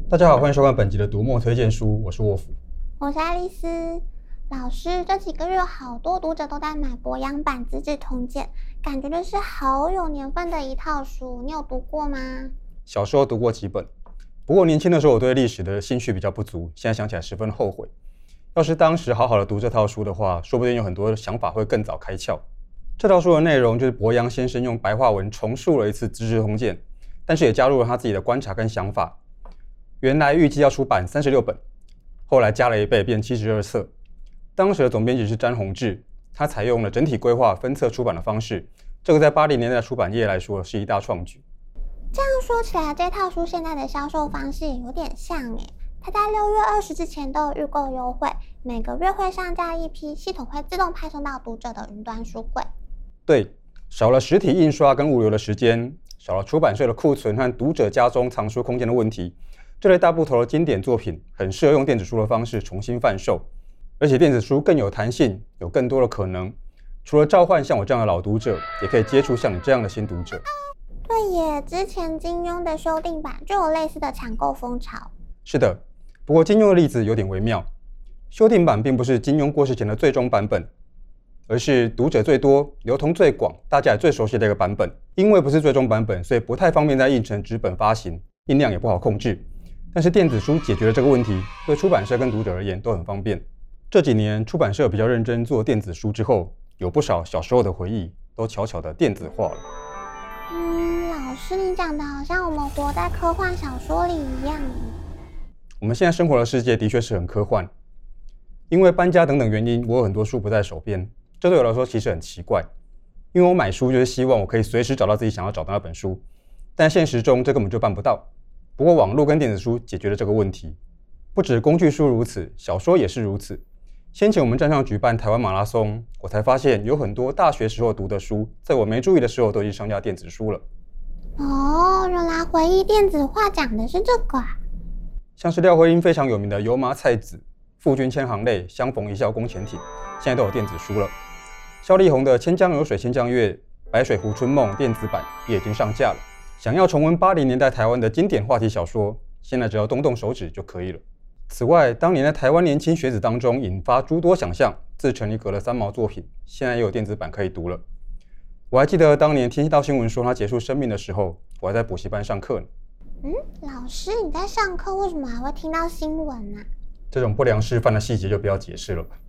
大家好，欢迎收看本集的读墨推荐书，我是沃夫， 我是爱丽丝。老师，这几个月有好多读者都在买博洋版《资治通鉴》，感觉就是好有年份的一套书，你有读过吗？ 小时候读过几本，不过年轻的时候我对历史的兴趣比较不足，现在想起来十分后悔。要是当时好好的读这套书的话，说不定有很多想法会更早开窍。这套书的内容就是博洋先生用白话文重述了一次《资治通鉴》，但是也加入了他自己的观察跟想法。原来预计要出版36本，后来加了一倍变72册。当时的总编辑是詹宏志，他采用了整体规划分册出版的方式，这个在80年代出版业来说是一大创举。 这样说起来，这套书现在的销售方式也有点像耶。它在6月20之前都有预购优惠，每个月会上架一批，系统会自动派送到读者的云端书柜。 对，少了实体印刷跟物流的时间，少了出版社的库存和读者家中藏书空间的问题，这类大部头的经典作品很适合用电子书的方式重新贩售，而且电子书更有弹性，有更多的可能。除了召唤像我这样的老读者，也可以接触像你这样的新读者。 对耶，之前金庸的修订版就有类似的抢购风潮。 是的，不过金庸的例子有点微妙，修订版并不是金庸过世前的最终版本，而是读者最多、流通最广、大家也最熟悉的一个版本。因为不是最终版本，所以不太方便在印成纸本发行，印量也不好控制。但是电子书解决了这个问题，对出版社跟读者而言都很方便。这几年出版社比较认真做电子书之后，有不少小时候的回忆都悄悄的电子化了。 老师，你讲的好像我们活在科幻小说里一样。 我们现在生活的世界的确是很科幻，因为搬家等等原因，我有很多书不在手边，这对我来说其实很奇怪。因为我买书就是希望我可以随时找到自己想要找的那本书，但现实中这根本就办不到。不过网络跟电子书解决了这个问题，不止工具书如此，小说也是如此。先前我们站上举办台湾马拉松，我才发现有很多大学时候读的书，在我没注意的时候都已经上架电子书了。 原来回忆电子化讲的是这个啊。 像是廖辉英非常有名的《油麻菜籽》、《父君千行泪》、《相逢一笑宫前艇》，现在都有电子书了。萧丽红的《千江有水千江月》、《白水湖春梦》电子版也已经上架了。想要重温80年代台湾的经典话题小说，现在只要动动手指就可以了。此外，当年在台湾年轻学子当中引发诸多想象、自成一格的三毛作品，现在也有电子版可以读了。我还记得当年听到新闻说他结束生命的时候，我还在补习班上课呢。 老师，你在上课为什么还会听到新闻呢？ 这种不良示范的细节就不要解释了吧。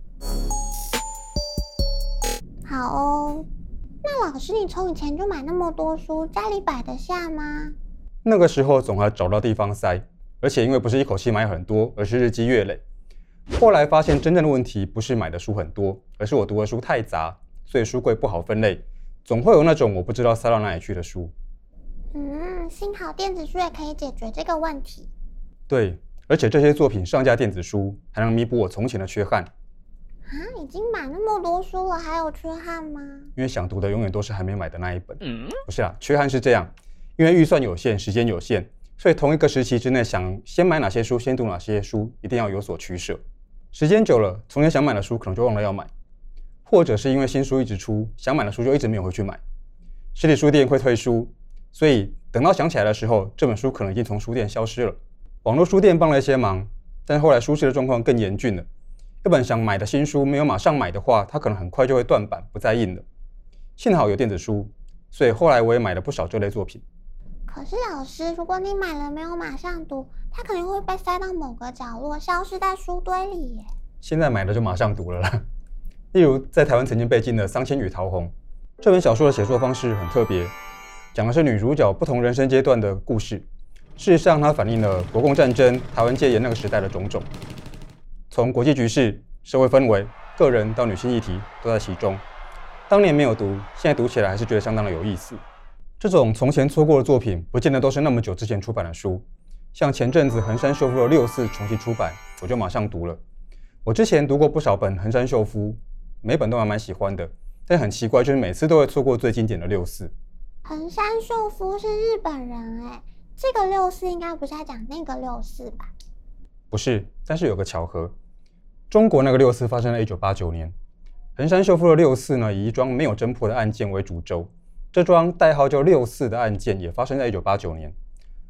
好哦。那老师，你从以前就买那么多书，家里摆得下吗？ 那个时候总还找到地方塞，而且因为不是一口气买很多，而是日积月累。后来发现真正的问题不是买的书很多，而是我读的书太杂，所以书柜不好分类，总会有那种我不知道塞到哪里去的书。 幸好电子书也可以解决这个问题。 对，而且这些作品上架电子书，还能弥补我从前的缺憾。 已经买那么多书了，还有缺憾吗？ 因为想读的永远都是还没买的那一本。不是啦，缺憾是这样，因为预算有限，时间有限，所以同一个时期之内想先买哪些书，先读哪些书，一定要有所取舍。时间久了，从前想买的书可能就忘了要买，或者是因为新书一直出，想买的书就一直没有回去买。实体书店会退书，所以等到想起来的时候，这本书可能已经从书店消失了。网络书店帮了一些忙，但后来书市的状况更严峻了。一本想买的新书没有马上买的话，它可能很快就会断版，不再印了。幸好有电子书，所以后来我也买了不少这类作品。 可是老师，如果你买了没有马上读，它可能会被塞到某个角落，消失在书堆里耶。 现在买了就马上读了啦。例如在台湾曾经被禁的《桑千与桃红》这本小说的写作方式很特别，讲的是女主角不同人生阶段的故事。事实上，它反映了国共战争、台湾戒严那个时代的种种。从国际局势、社会氛围、个人到女性议题都在其中。当年没有读，现在读起来还是觉得相当的有意思。这种从前错过的作品，不见得都是那么久之前出版的书。像前阵子横山秀夫的6四重新出版，我就马上读了。我之前读过不少本横山秀夫，每本都还蛮喜欢的，但很奇怪，就是每次都会错过最经典的6四。 横山秀夫是日本人哎，这个6四应该不是在讲那个6四吧？ 不是，但是有个巧合。中国那个6四发生在1989年，横山秀夫的6四呢，以一桩没有侦破的案件为主轴，这桩代号叫6四的案件也发生在1989年。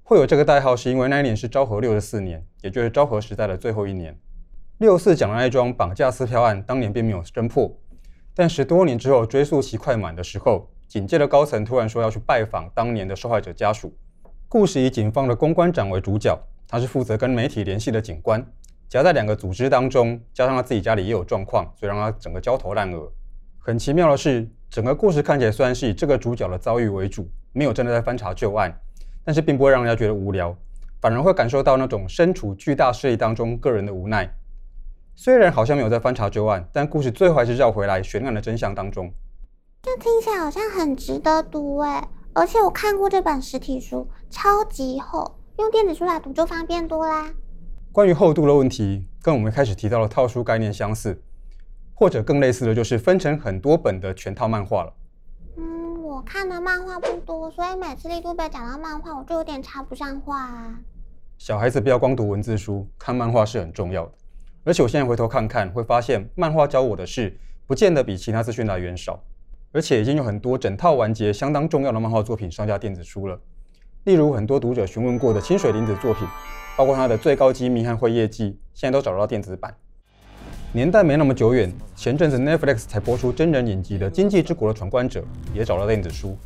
会有这个代号是因为那一年是昭和64年，也就是昭和时代的最后一年。64讲的那一桩绑架撕票案当年并没有侦破，但10多年之后追诉期快满的时候，警界的高层突然说要去拜访当年的受害者家属。故事以警方的公关长为主角，他是负责跟媒体联系的警官，夹在2个组织当中，加上他自己家里也有状况，所以让他整个焦头烂额。很奇妙的是，整个故事看起来虽然是以这个主角的遭遇为主，没有真的在翻查旧案，但是并不会让人家觉得无聊，反而会感受到那种身处巨大势力当中个人的无奈。虽然好像没有在翻查旧案，但故事最后还是绕回来悬案的真相当中。 这听起来好像很值得读耶，而且我看过这本实体书，超级厚，用电子书来读就方便多啦。 关于厚度的问题，跟我们开始提到的套书概念相似，或者更类似的就是分成很多本的全套漫画了。 我看的漫画不多，所以每次力度被讲到漫画，我就有点插不上话啊。 小孩子不要光读文字书，看漫画是很重要的。而且我现在回头看看，会发现漫画教我的事，不见得比其他资讯来源少。而且已经有很多整套完结相当重要的漫画作品上架电子书了。例如很多读者询问过的清水玲子作品，包括他的《最高机密和辉夜记》，现在都找得到电子版。年代没那么久远，前阵子 Netflix 才播出真人影集的《经济之国的闯关者》，也找到电子书。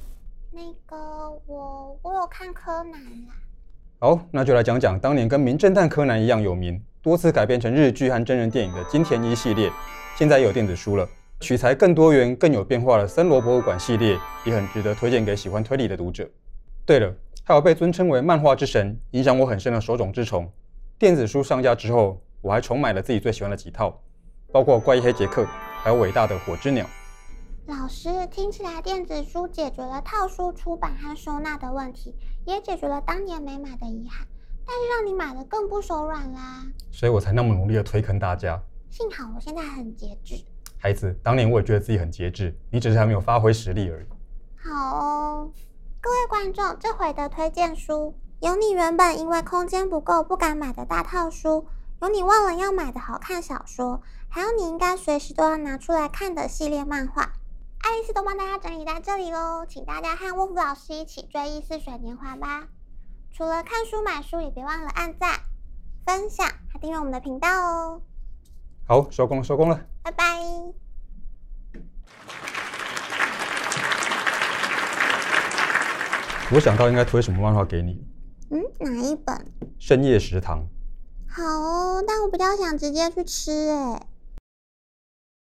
我有看柯南啦。 好，那就来讲讲当年跟名侦探柯南一样有名，多次改编成日剧和真人电影的金田一系列，现在也有电子书了。取材更多元、更有变化的森罗博物馆系列，也很值得推荐给喜欢推理的读者。对了，还有被尊称为漫画之神、影响我很深的手冢治虫。电子书上架之后，我还重买了自己最喜欢的几套，包括怪异黑杰克，还有伟大的火之鸟。 老师，听起来电子书解决了套书出版和收纳的问题，也解决了当年没买的遗憾，但是让你买的更不手软啦。所以我才那么努力的推坑大家。 幸好我现在很节制。 孩子，当年我也觉得自己很节制，你只是还没有发挥实力而已。 好哦，各位观众，这回的推荐书有你原本因为空间不够不敢买的大套书，有你忘了要买的好看小说，还有你应该随时都要拿出来看的系列漫画。爱丽丝都帮大家整理在这里咯，请大家和沃夫老师一起追忆似水年华吧。除了看书买书，也别忘了按赞、分享还订阅我们的频道哦。 好，收工了， 拜拜。 我想到应该推什么漫画给你。 哪一本？ 深夜食堂。 好哦，但我比较想直接去吃耶。